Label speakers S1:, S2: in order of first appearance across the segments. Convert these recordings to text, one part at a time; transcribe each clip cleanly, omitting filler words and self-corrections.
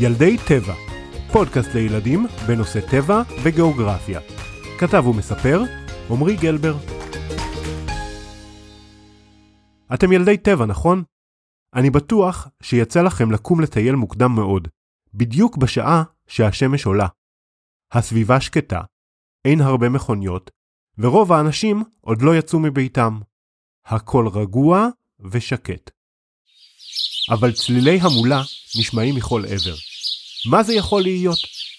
S1: ילדי טבע, פודקאסט לילדים בנושא טבע וגיאוגרפיה. כתב ומספר עומרי גלבר. אתם ילדי טבע, נכון? אני בטוח שיצא לכם לקום לטייל מוקדם מאוד, בדיוק בשעה שהשמש עולה. הסביבה שקטה, אין הרבה מכוניות, ורוב האנשים עוד לא יצאו מביתם. הכל רגוע ושקט. אבל צלילי המולה נשמעים מכל עבר. מה זה יכול להיות?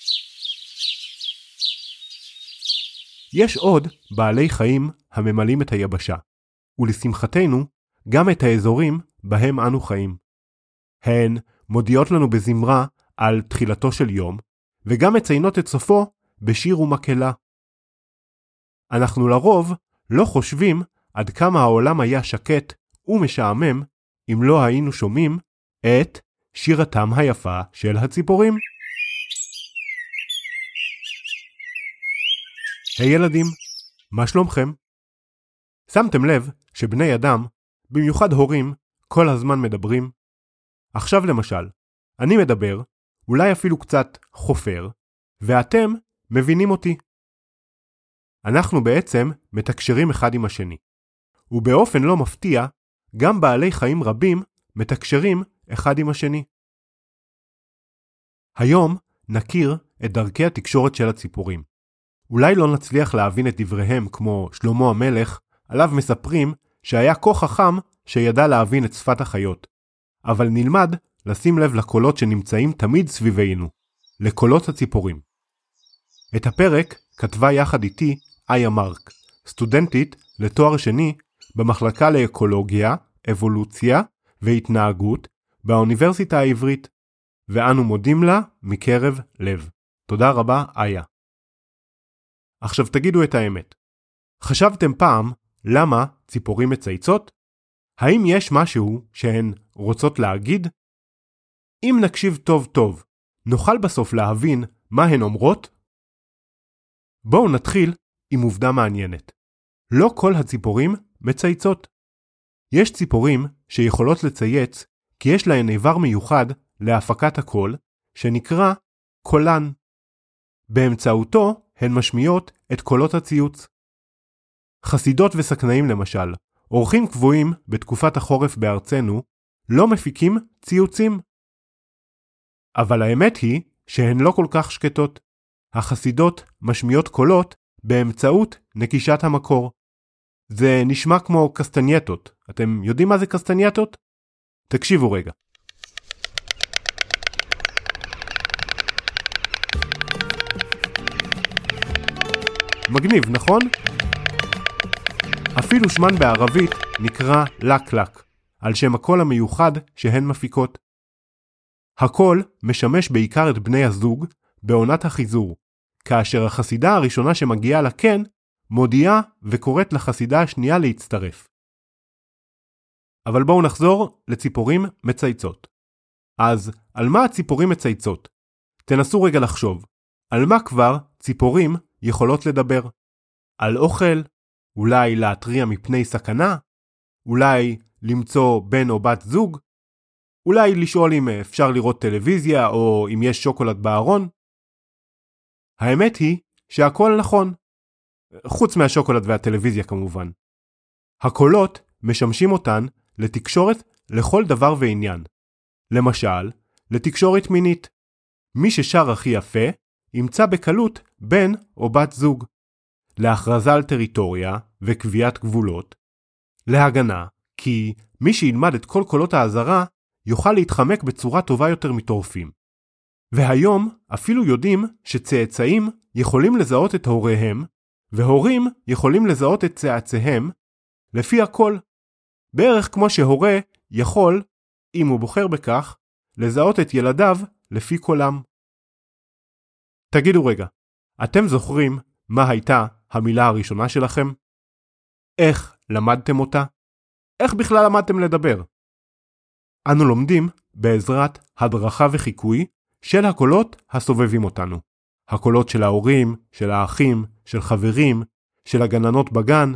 S1: יש עוד בעלי חיים הממלאים את היבשה, ולשמחתנו גם את האזורים בהם אנו חיים. הן מודיעות לנו בזמרה על תחילתו של יום, וגם מציינות את סופו בשיר ומקהלה. אנחנו לרוב לא חושבים עד כמה העולם היה שקט ומשעמם אם לא היינו שומעים את שירתם היפה של הציפורים. היי ילדים, מה שלומכם? שמתם לב שבני אדם, במיוחד הורים, כל הזמן מדברים? עכשיו למשל, אני מדבר, אולי אפילו קצת חופר, ואתם מבינים אותי. אנחנו בעצם מתקשרים אחד עם השני. ובאופן לא מפתיע, גם בעלי חיים רבים מתקשרים אחד עם השני. היום נכיר את דרכי התקשורת של הציפורים. אולי לא נצליח להבין את דבריהם כמו שלמה המלך, עליו מספרים שהיה כה חכם שידע להבין את שפת החיות. אבל נלמד לשים לב לקולות שנמצאים תמיד סביבנו, לקולות הציפורים. את הפרק כתבה יחד איתי איה מרק, סטודנטית לתואר שני במחלקה לאקולוגיה, אבולוציה והתנהגות באוניברסיטה העברית, ואנו מודים לה מקרב לב. תודה רבה, איה. עכשיו תגידו את האמת. חשבתם פעם למה ציפורים מצייצות? האם יש משהו שהן רוצות להגיד? אם נקשיב טוב טוב, נוכל בסוף להבין מה הן אומרות? בואו נתחיל עם עובדה מעניינת. לא כל הציפורים מצייצות. יש ציפורים שיכולות לצייץ כי יש להן איבר מיוחד להפקת הקול שנקרא קולן. באמצעותו הן משמיעות את קולות הציוץ. חסידות וסכנאים למשל, אורחים קבועים בתקופת החורף בארצנו, לא מפיקים ציוצים. אבל האמת היא שהן לא כל כך שקטות. החסידות משמיעות קולות באמצעות נקישת המקור. זה נשמע כמו קסטנייטות. אתם יודעים מה זה קסטנייטות? תקשיבו רגע. מגניב, נכון? אפילו שמן בערבית נקרא לק-לק, על שם הקול המיוחד שהן מפיקות. הקול משמש בעיקר את בני הזוג בעונת החיזור, כאשר החסידה הראשונה שמגיעה לקן מודיעה וקוראת לחסידה השנייה להצטרף. אבל בואו נחזור לציפורים מצייצות. אז על מה הציפורים מצייצות? תנסו רגע לחשוב. על מה כבר ציפורים יכולות לדבר? על אוכל? אולי להתריע מפני סכנה? אולי למצוא בן או בת זוג? אולי לשאול אם אפשר לראות טלוויזיה או אם יש שוקולד בארון? האמת היא שהכל נכון. חוץ מהשוקולד והטלוויזיה כמובן. הקולות משמשים אותן לתקשורת לכל דבר ועניין. למשל, לתקשורת מינית. מי ששר הכי יפה ימצא בקלות בן או בת זוג. להכרזה על טריטוריה וקביעת גבולות. להגנה, כי מי שילמד את כל קולות האזהרה יוכל להתחמק בצורה טובה יותר מטורפים. והיום אפילו יודעים שצאצאים יכולים לזהות את הוריהם, והורים יכולים לזהות את צאצאיהם לפי הקול. בערך כמו שהורה יכול, אם הוא בוחר בכך, לזהות את ילדיו לפי קולם. תגידו רגע, אתם זוכרים מה הייתה המילה הראשונה שלכם? איך למדתם אותה? איך בכלל למדתם לדבר? אנו לומדים בעזרת הדרכה וחיקוי של הקולות הסובבים אותנו. הקולות של ההורים, של האחים, של חברים, של הגננות בגן.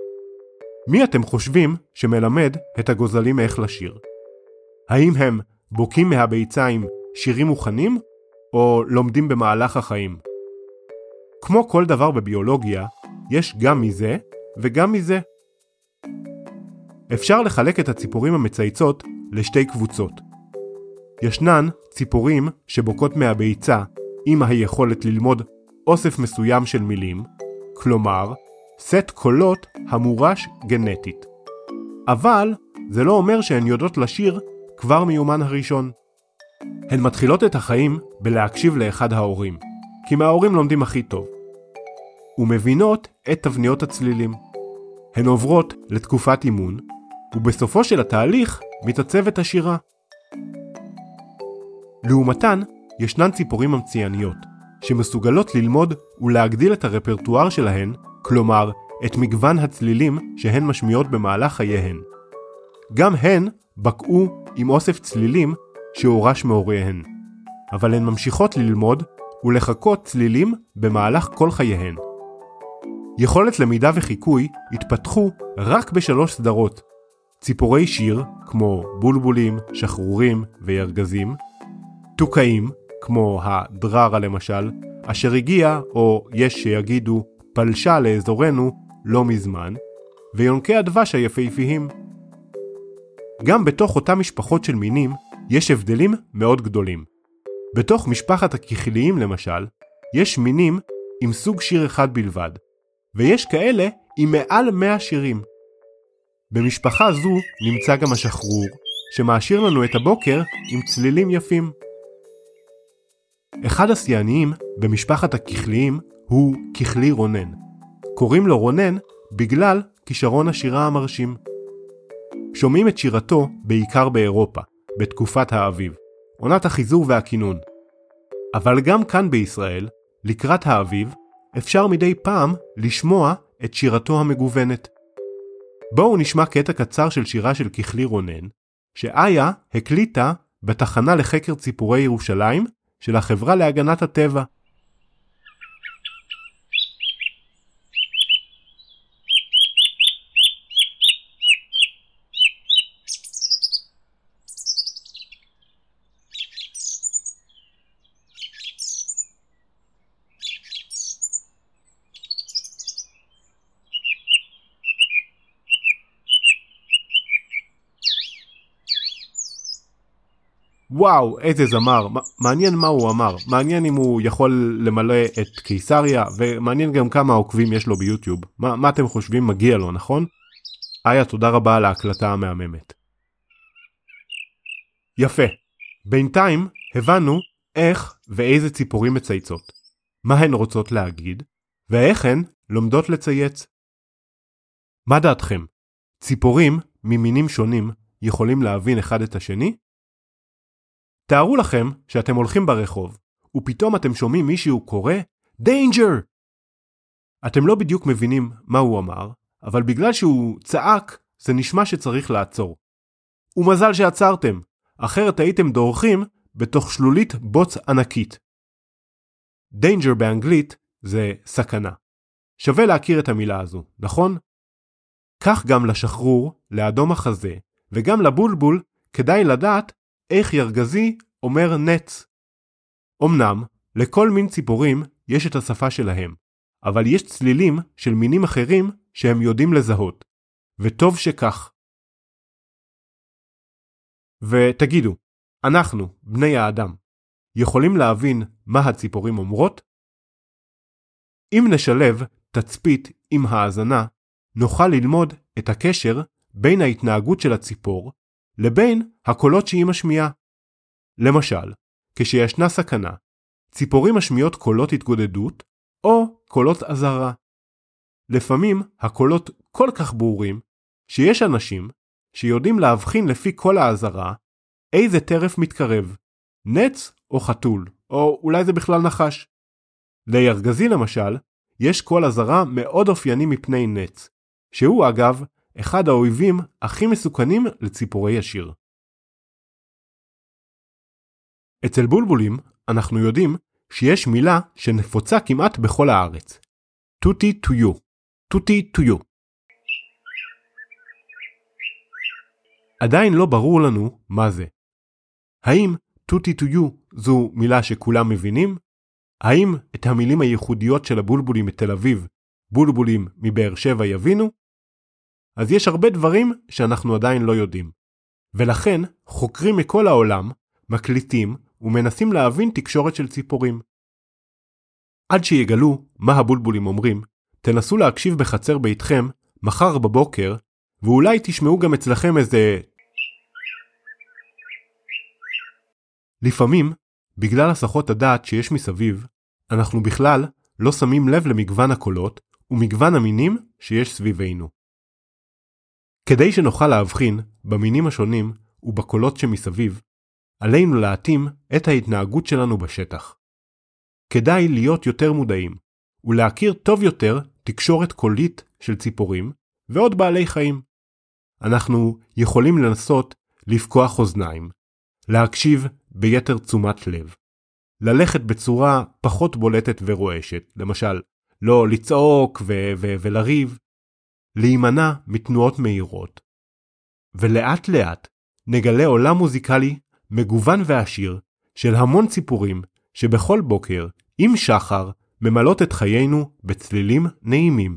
S1: מי אתם חושבים שמלמד את הגוזלים איך לשיר? האם הם בוקעים מהביצה עם שירים מוכנים, או לומדים במהלך החיים. כמו כל דבר בביולוגיה, יש גם מזה וגם מזה. אפשר לחלק את הציפורים המצייצות לשתי קבוצות. ישנן ציפורים שבוקעות מהביצה עם היכולת ללמוד אוסף מסוים של מילים, כלומר, סט קולות המורש גנטית. אבל זה לא אומר שהן יודעות לשיר כבר מיומן הראשון. הן מתחילות את החיים בלהקשיב לאחד ההורים, כי מההורים לומדים הכי טוב. ומבינות את תבניות הצלילים. הן עוברות לתקופת אימון, ובסופו של התהליך מתעצבת השירה. לעומתן, ישנן ציפורים ממציאניות, שמסוגלות ללמוד ולהגדיל את הרפרטואר שלהן, כלומר, את מגוון הצלילים שהן משמיעות במהלך חייהן. גם הן בקעו עם אוסף צלילים שהורש מהוריהן, אבל הן ממשיכות ללמוד ולחקות צלילים במהלך כל חייהן. יכולת למידה וחיקוי התפתחו רק ב3 סדרות. ציפורי שיר, כמו בולבולים, שחרורים וירגזים, תוקעים, כמו הדררה למשל, אשר הגיע, או יש שיגידו, פלשה לאזורנו לא מזמן, ויונקי הדבש היפהפיים. גם בתוך אותה משפחות של מינים, יש הבדלים מאוד גדולים. בתוך משפחת הכחיליים למשל, יש מינים עם סוג שיר אחד בלבד, ויש כאלה עם מעל 100 שירים. במשפחה זו נמצא גם השחרור, שמעשיר לנו את הבוקר עם צלילים יפים. אחד השיאניים במשפחת הכחליים הוא כחלי רונן. קוראים לו רונן בגלל כישרון השירה המרשים. שומעים את שירתו בעיקר באירופה, בתקופת האביב, עונת החיזור והכינון. אבל גם כאן בישראל, לקראת האביב, אפשר מדי פעם לשמוע את שירתו המגוונת. בואו נשמע קטע קצר של שירה של כחלי רונן, שאיה הקליטה בתחנה לחקר ציפורי ירושלים של החברה להגנת הטבע. וואו, איזה זמר, מעניין מה הוא אמר, מעניין אם הוא יכול למלא את קיסריה, ומעניין גם כמה עוקבים יש לו ביוטיוב. מה אתם חושבים? מגיע לו, נכון? איה, תודה רבה על ההקלטה המהממת. יפה, בינתיים הבנו איך ואיזה ציפורים מצייצות, מה הן רוצות להגיד, ואיך הן לומדות לצייץ. מה דעתכם? ציפורים ממינים שונים יכולים להבין אחד את השני? תארו לכם שאתם הולכים ברחוב, ופתאום אתם שומעים מישהו קורא, "Danger!" אתם לא בדיוק מבינים מה הוא אמר, אבל בגלל שהוא צעק, זה נשמע שצריך לעצור. ומזל שעצרתם, אחרת הייתם דורכים בתוך שלולית בוץ ענקית. Danger באנגלית זה סכנה. שווה להכיר את המילה הזו, נכון? כך גם לשחרור, לאדום החזה, וגם לבולבול כדאי לדעת איך ירגזי אומר נץ. אמנם, לכל מין ציפורים יש את השפה שלהם, אבל יש צלילים של מינים אחרים שהם יודעים לזהות, וטוב שכך. ותגידו, אנחנו, בני האדם, יכולים להבין מה הציפורים אומרות? אם נשלב תצפית עם האזנה, נוכל ללמוד את הקשר בין ההתנהגות של הציפור לבין הקולות שהיא משמיעה. למשל, כשישנה סכנה, ציפורים משמיעות קולות התגודדות או קולות אזהרה. לפעמים הקולות כל כך ברורים שיש אנשים שיודעים להבחין לפי קול האזהרה איזה טרף מתקרב, נץ או חתול, או אולי זה בכלל נחש. לירגזי למשל, יש קול אזהרה מאוד אופייני מפני נץ, שהוא אגב אחד האויבים הכי מסוכנים לציפורי השיר. אצל בולבולים אנחנו יודעים שיש מילה שנפוצה כמעט בכל הארץ. טוטי טויו. טוטי טויו. עדיין לא ברור לנו מה זה. האם tutti to you זו מילה שכולם מבינים? האם את המילים הייחודיות של הבולבולים מתל אביב, בולבולים מבאר שבע יבינו? אז יש הרבה דברים שאנחנו עדיין לא יודעים. ולכן חוקרים מכל העולם, מקליטים ומנסים להבין תקשורת של ציפורים. עד שיגלו מה הבולבולים אומרים, תנסו להקשיב בחצר ביתכם מחר בבוקר, ואולי תשמעו גם אצלכם איזה... לפעמים, בגלל הסחות הדעת שיש מסביב, אנחנו בכלל לא שמים לב למגוון הקולות ומגוון המינים שיש סביבנו. כדי שנוכל להבחין במינים השונים ובקולות שמסביב, עלינו להתאים את ההתנהגות שלנו בשטח. כדאי להיות יותר מודעים ולהכיר טוב יותר תקשורת קולית של ציפורים ועוד בעלי חיים. אנחנו יכולים לנסות לפקוח אוזניים, להקשיב ביתר תשומת לב, ללכת בצורה פחות בולטת ורועשת, למשל לא לצעוק ולריב, להימנע מתנועות מהירות. ולאט לאט נגלה עולם מוזיקלי מגוון ועשיר של המון ציפורים שבכל בוקר עם שחר ממלאות את חיינו בצלילים נעימים.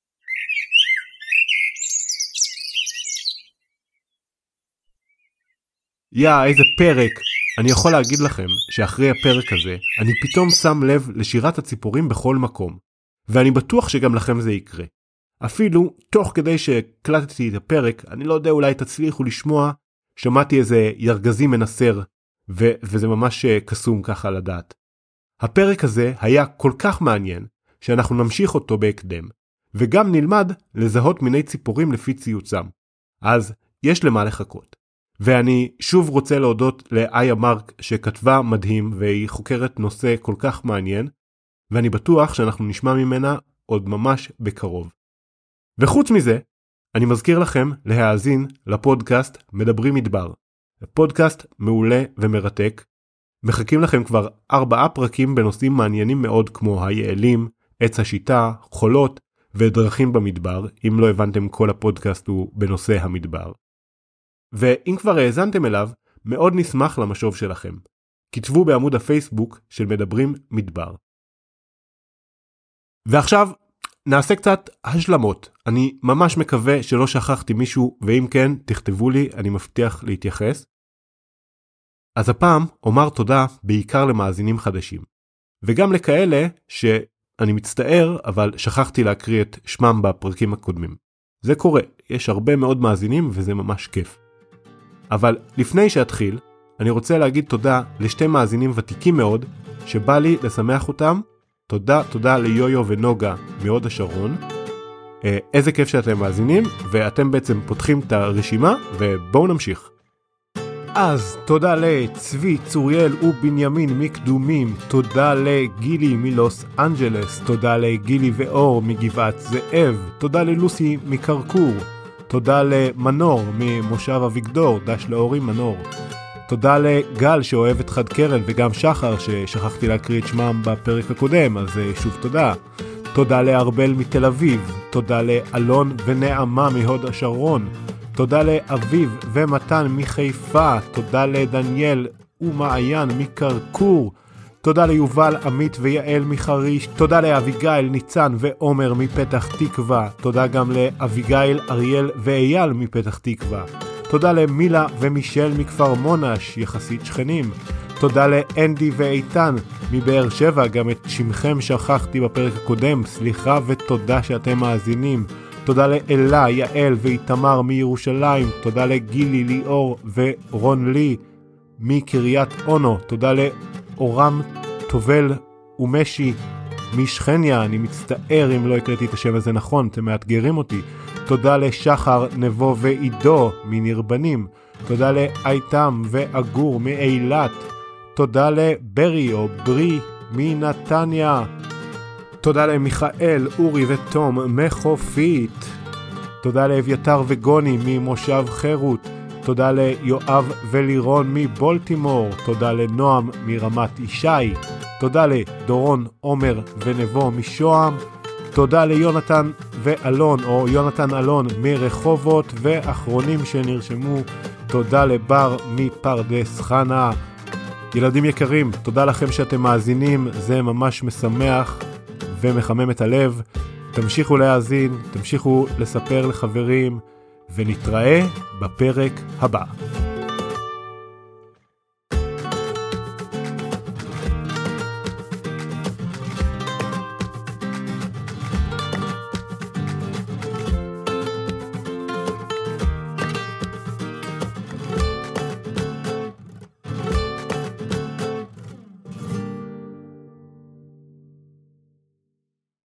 S1: איזה פרק! אני יכול להגיד לכם שאחרי הפרק הזה אני פתאום שם לב לשירת הציפורים בכל מקום, ואני בטוח שגם לכם זה יקרה. אפילו תוך כדי שהקלטתי את הפרק, אני לא יודע, אולי תצליחו לשמוע, שמעתי איזה ירגזי מנסר, וזה ממש קסום ככה לדעת. הפרק הזה היה כל כך מעניין, שאנחנו נמשיך אותו בהקדם, וגם נלמד לזהות מיני ציפורים לפי ציוצם. אז יש למה לחכות. ואני שוב רוצה להודות לאיה מרק שכתבה מדהים, והיא חוקרת נושא כל כך מעניין, ואני בטוח שאנחנו נשמע ממנה עוד ממש בקרוב. וחוץ מזה, אני מזכיר לכם להאזין לפודקאסט מדברים מדבר. פודקאסט מעולה ומרתק. מחכים לכם כבר 4 פרקים בנושאים מעניינים מאוד כמו היעלים, עץ השיטה, חולות ודרכים במדבר. אם לא הבנתם, כל הפודקאסט הוא בנושא המדבר. ואם כבר האזנתם אליו, מאוד נשמח למשוב שלכם. כתבו בעמוד הפייסבוק של מדברים מדבר. ועכשיו נעשה קצת השלמות. אני ממש מקווה שלא שכחתי מישהו, ואם כן, תכתבו לי, אני מבטיח להתייחס. אז הפעם אומר תודה בעיקר למאזינים חדשים, וגם לכאלה שאני מצטער, אבל שכחתי להקריא את שמם בפרקים הקודמים. זה קורה, יש הרבה מאוד מאזינים וזה ממש כיף. אבל לפני שאתחיל, אני רוצה להגיד תודה לשתי מאזינים ותיקים מאוד, שבא לי לשמח אותם. תודה ליויו ונוגה מהוד השרון. איזה כיף שאתם מאזינים, ואתם בעצם פותחים את הרשימה, ובואו נמשיך. אז תודה לצבי צוריאל ובנימין מקדומים, תודה לגילי מלוס אנג'לס, תודה לגילי ואור מגבעת זאב, תודה ללוסי מקרקור, תודה למנור ממושב אביגדור, דש לאורי מנור, תודה לגל שאוהב את חד קרן וגם שחר ששכחתי להקריא את שמם בפרק הקודם, אז שוב תודה. תודה לארבל מתל אביב, תודה לאלון ונעמה מהוד השרון, תודה לאביב ומתן מחיפה, תודה לדניאל ומעיין מקרקור, תודה ליובל עמית ויעל מחריש, תודה לאביגיל ניצן ועומר מפתח תקווה, תודה גם לאביגיל אריאל ואייל מפתח תקווה, תודה למילה ומישל מכפר מונש, יחסית שכנים, תודה לאנדי ואיתן מבאר שבע, גם את שמכם שכחתי בפרק הקודם, סליחה ותודה שאתם מאזינים, תודה לאלה, יעל ואיתמר מירושלים, תודה לגילי, ליאור ורון לי מקריית אונו, תודה לאורם, טובל ומשי משכניה, אני מצטער אם לא הקראתי את השם הזה נכון, אתם מאתגרים אותי, תודה לשחר, נבו ועידו מנרבנים, תודה לאיתם ואגור מאילת, תודה לברי או ברי מנתניה, תודה למיכאל, אורי ותום מחופית, תודה לאביתר וגוני ממושב חירות, תודה ליואב ולירון מבולטימור, תודה לנועם מרמת ישי, תודה לדורון, עומר ונבו משוהם, תודה ליונתן ואלון או יונתן אלון מרחובות, ואחרונים שנרשמו, תודה לבר מפרדס חנה. ילדים יקרים, תודה לכם שאתם מאזינים, זה ממש משמח ומחמם את הלב. תמשיכו להאזין, תמשיכו לספר לחברים, ונתראה בפרק הבא.